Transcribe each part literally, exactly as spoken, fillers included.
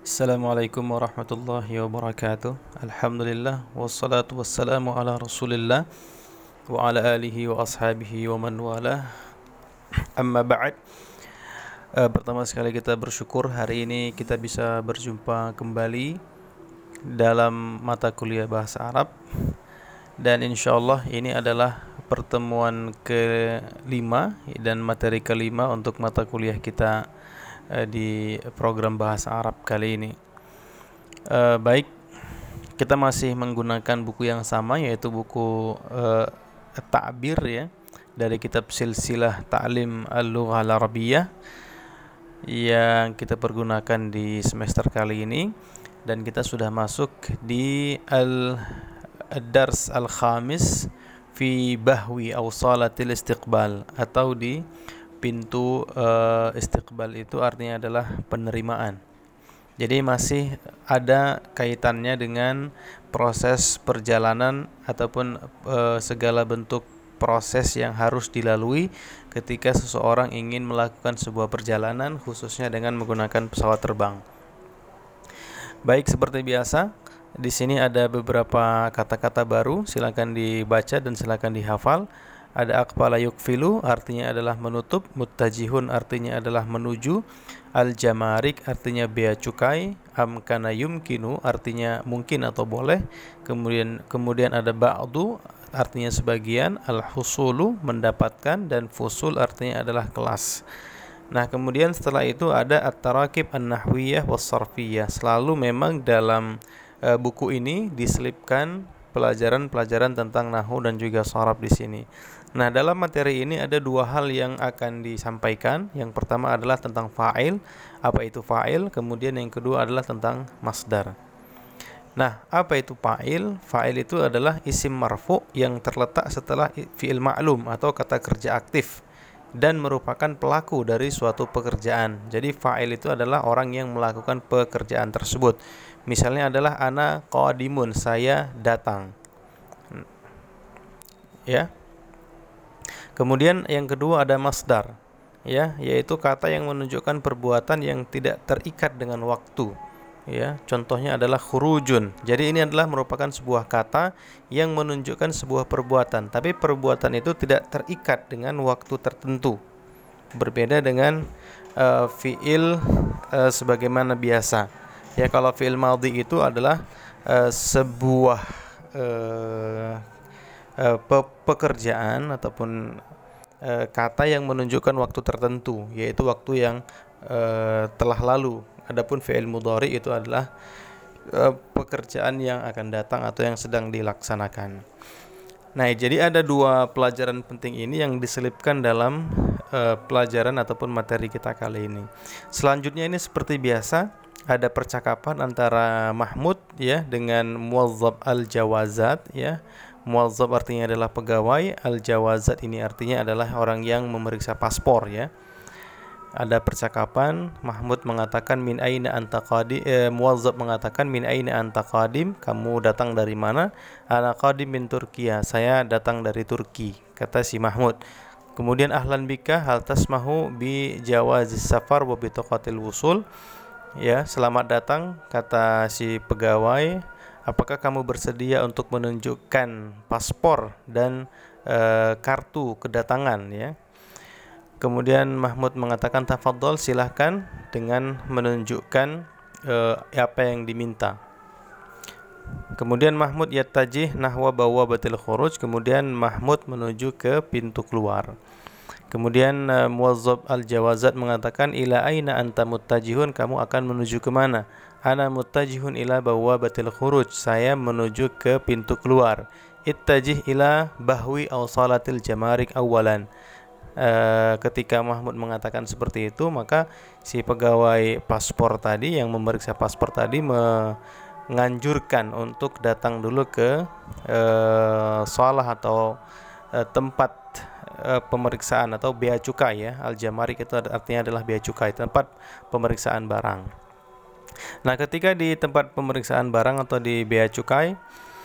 Assalamualaikum warahmatullahi wabarakatuh. Alhamdulillah wassalatu wassalamu ala Rasulillah wa ala alihi wa ashabihi wa man walah. Amma ba'd. Uh, pertama sekali kita bersyukur hari ini kita bisa berjumpa kembali dalam mata kuliah bahasa Arab, dan insyaallah ini adalah pertemuan kelima dan materi kelima untuk mata kuliah kita di program bahasa Arab kali ini. Uh, baik, kita masih menggunakan buku yang sama, yaitu buku uh, Ta'bir ya, dari kitab Silsilah Ta'lim Al-Lughah Al-Arabiyyah yang kita pergunakan di semester kali ini, dan kita sudah masuk di Al-Dars Al-Khamis fi Bahwi Awsalatil Istiqbal, atau di pintu uh, istiqbal. Itu artinya adalah penerimaan. Jadi masih ada kaitannya dengan proses perjalanan ataupun uh, segala bentuk proses yang harus dilalui ketika seseorang ingin melakukan sebuah perjalanan, khususnya dengan menggunakan pesawat terbang. Baik, seperti biasa, di sini ada beberapa kata-kata baru, silakan dibaca dan silakan dihafal. Ada aqbala yukfilu, artinya adalah menutup. Muttajihun, artinya adalah menuju. Al-jamarik, artinya bea cukai. Amkana yumkinu, artinya mungkin atau boleh. Kemudian kemudian ada ba'du, artinya sebagian. Al-husulu, mendapatkan. Dan fusul, artinya adalah kelas. Nah, kemudian setelah itu ada at-tarakib an-nahwiyah was-sarfiyah. Selalu memang dalam uh, buku ini diselipkan pelajaran-pelajaran tentang nahwu dan juga sharaf di sini. Nah, dalam materi ini ada dua hal yang akan disampaikan. Yang pertama adalah tentang fa'il, apa itu fa'il, kemudian yang kedua adalah tentang masdar. Nah, apa itu fa'il? Fa'il itu adalah isim marfu yang terletak setelah fi'il ma'lum atau kata kerja aktif dan merupakan pelaku dari suatu pekerjaan. Jadi fa'il itu adalah orang yang melakukan pekerjaan tersebut. Misalnya adalah ana qadimun, saya datang. Ya. Kemudian yang kedua ada masdar, ya, yaitu kata yang menunjukkan perbuatan yang tidak terikat dengan waktu. Ya, contohnya adalah khurujun. Jadi ini adalah merupakan sebuah kata yang menunjukkan sebuah perbuatan, tapi perbuatan itu tidak terikat dengan waktu tertentu. Berbeda dengan uh, fiil uh, sebagaimana biasa. Ya, kalau fiil madhi itu adalah uh, sebuah uh, uh, pe- pekerjaan ataupun uh, kata yang menunjukkan waktu tertentu, yaitu waktu yang uh, telah lalu. Adapun fi'il mudhari itu adalah uh, pekerjaan yang akan datang atau yang sedang dilaksanakan. Nah, jadi ada dua pelajaran penting ini yang diselipkan dalam uh, pelajaran ataupun materi kita kali ini. Selanjutnya ini seperti biasa ada percakapan antara Mahmud ya dengan muwazzab al-jawazat ya. Muwazzab artinya adalah pegawai, al-jawazat ini artinya adalah orang yang memeriksa paspor ya. Ada percakapan, Mahmud mengatakan min aina anta qadim, eh, muwazzab mengatakan min aina anta qadim, kamu datang dari mana? Ana qadim min Turkiya, saya datang dari Turki, kata si Mahmud. Kemudian ahlan bika hal tasmahu bi jawazis safar wa bi taqatil wusul. Ya, selamat datang, kata si pegawai. Apakah kamu bersedia untuk menunjukkan paspor dan e, kartu kedatangan ya? Kemudian Mahmud mengatakan tafadhol, silahkan, dengan menunjukkan e, apa yang diminta. Kemudian Mahmud yattajih nahwa bawabatil khuruj, kemudian Mahmud menuju ke pintu keluar. Kemudian uh, muwazzab al-jawazat mengatakan ila aina anta muttajihun, kamu akan menuju ke mana? Ana muttajihun ila bawabatil khuruj, saya menuju ke pintu keluar. Ittajih ila bahwi awsalatil jamarik awalan. Uh, ketika Mahmud mengatakan seperti itu, maka si pegawai paspor tadi yang memeriksa paspor tadi menganjurkan untuk datang dulu ke uh, shalah atau uh, tempat pemeriksaan atau bea cukai ya. Al-jamarik itu artinya adalah bea cukai, tempat pemeriksaan barang. Nah, ketika di tempat pemeriksaan barang atau di bea cukai,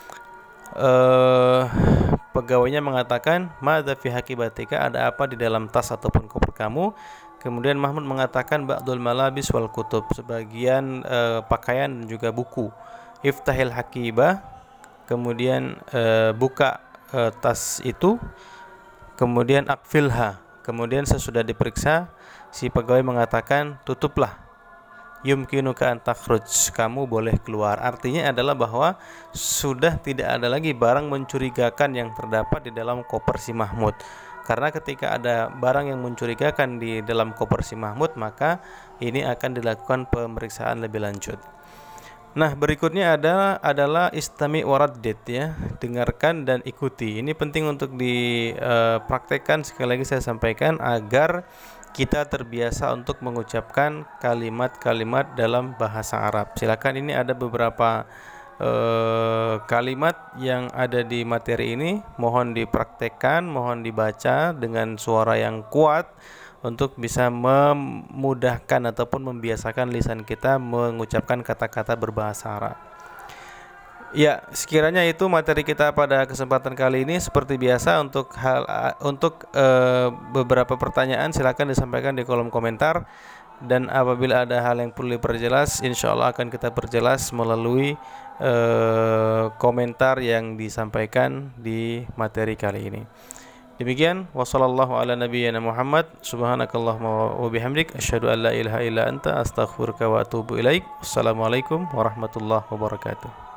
eh, pegawainya mengatakan madza fi haqibatika, ada apa di dalam tas ataupun koper kamu? Kemudian Mahmud mengatakan ba'dul malabis wal kutub, sebagian uh, pakaian dan juga buku. Iftahil hakibah, kemudian uh, buka uh, tas itu, kemudian akfilha, kemudian sesudah diperiksa si pegawai mengatakan tutuplah. Yumkinuka an takhruj, kamu boleh keluar. Artinya adalah bahwa sudah tidak ada lagi barang mencurigakan yang terdapat di dalam koper si Mahmud. Karena ketika ada barang yang mencurigakan di dalam koper si Mahmud, maka ini akan dilakukan pemeriksaan lebih lanjut. Nah, berikutnya adalah adalah istami waraddid, ya, dengarkan dan ikuti. Ini penting untuk dipraktekkan. Sekali lagi saya sampaikan agar kita terbiasa untuk mengucapkan kalimat-kalimat dalam bahasa Arab. Silakan, ini ada beberapa Uh, kalimat yang ada di materi ini, mohon dipraktekkan, mohon dibaca dengan suara yang kuat untuk bisa memudahkan ataupun membiasakan lisan kita mengucapkan kata-kata berbahasa Arab. Ya, sekiranya itu materi kita pada kesempatan kali ini. Seperti biasa, untuk hal untuk uh, beberapa pertanyaan silakan disampaikan di kolom komentar. Dan apabila ada hal yang perlu diperjelas, insya Allah akan kita perjelas melalui uh, komentar yang disampaikan di materi kali ini. Demikian, wassallallahu ala nabiyyina Muhammad, subhanakallahumma wa bihamdik, asyhadu an la ilaha illa anta, astaghfiruka wa atubu ilaik. Wassalamualaikum warahmatullahi wabarakatuh.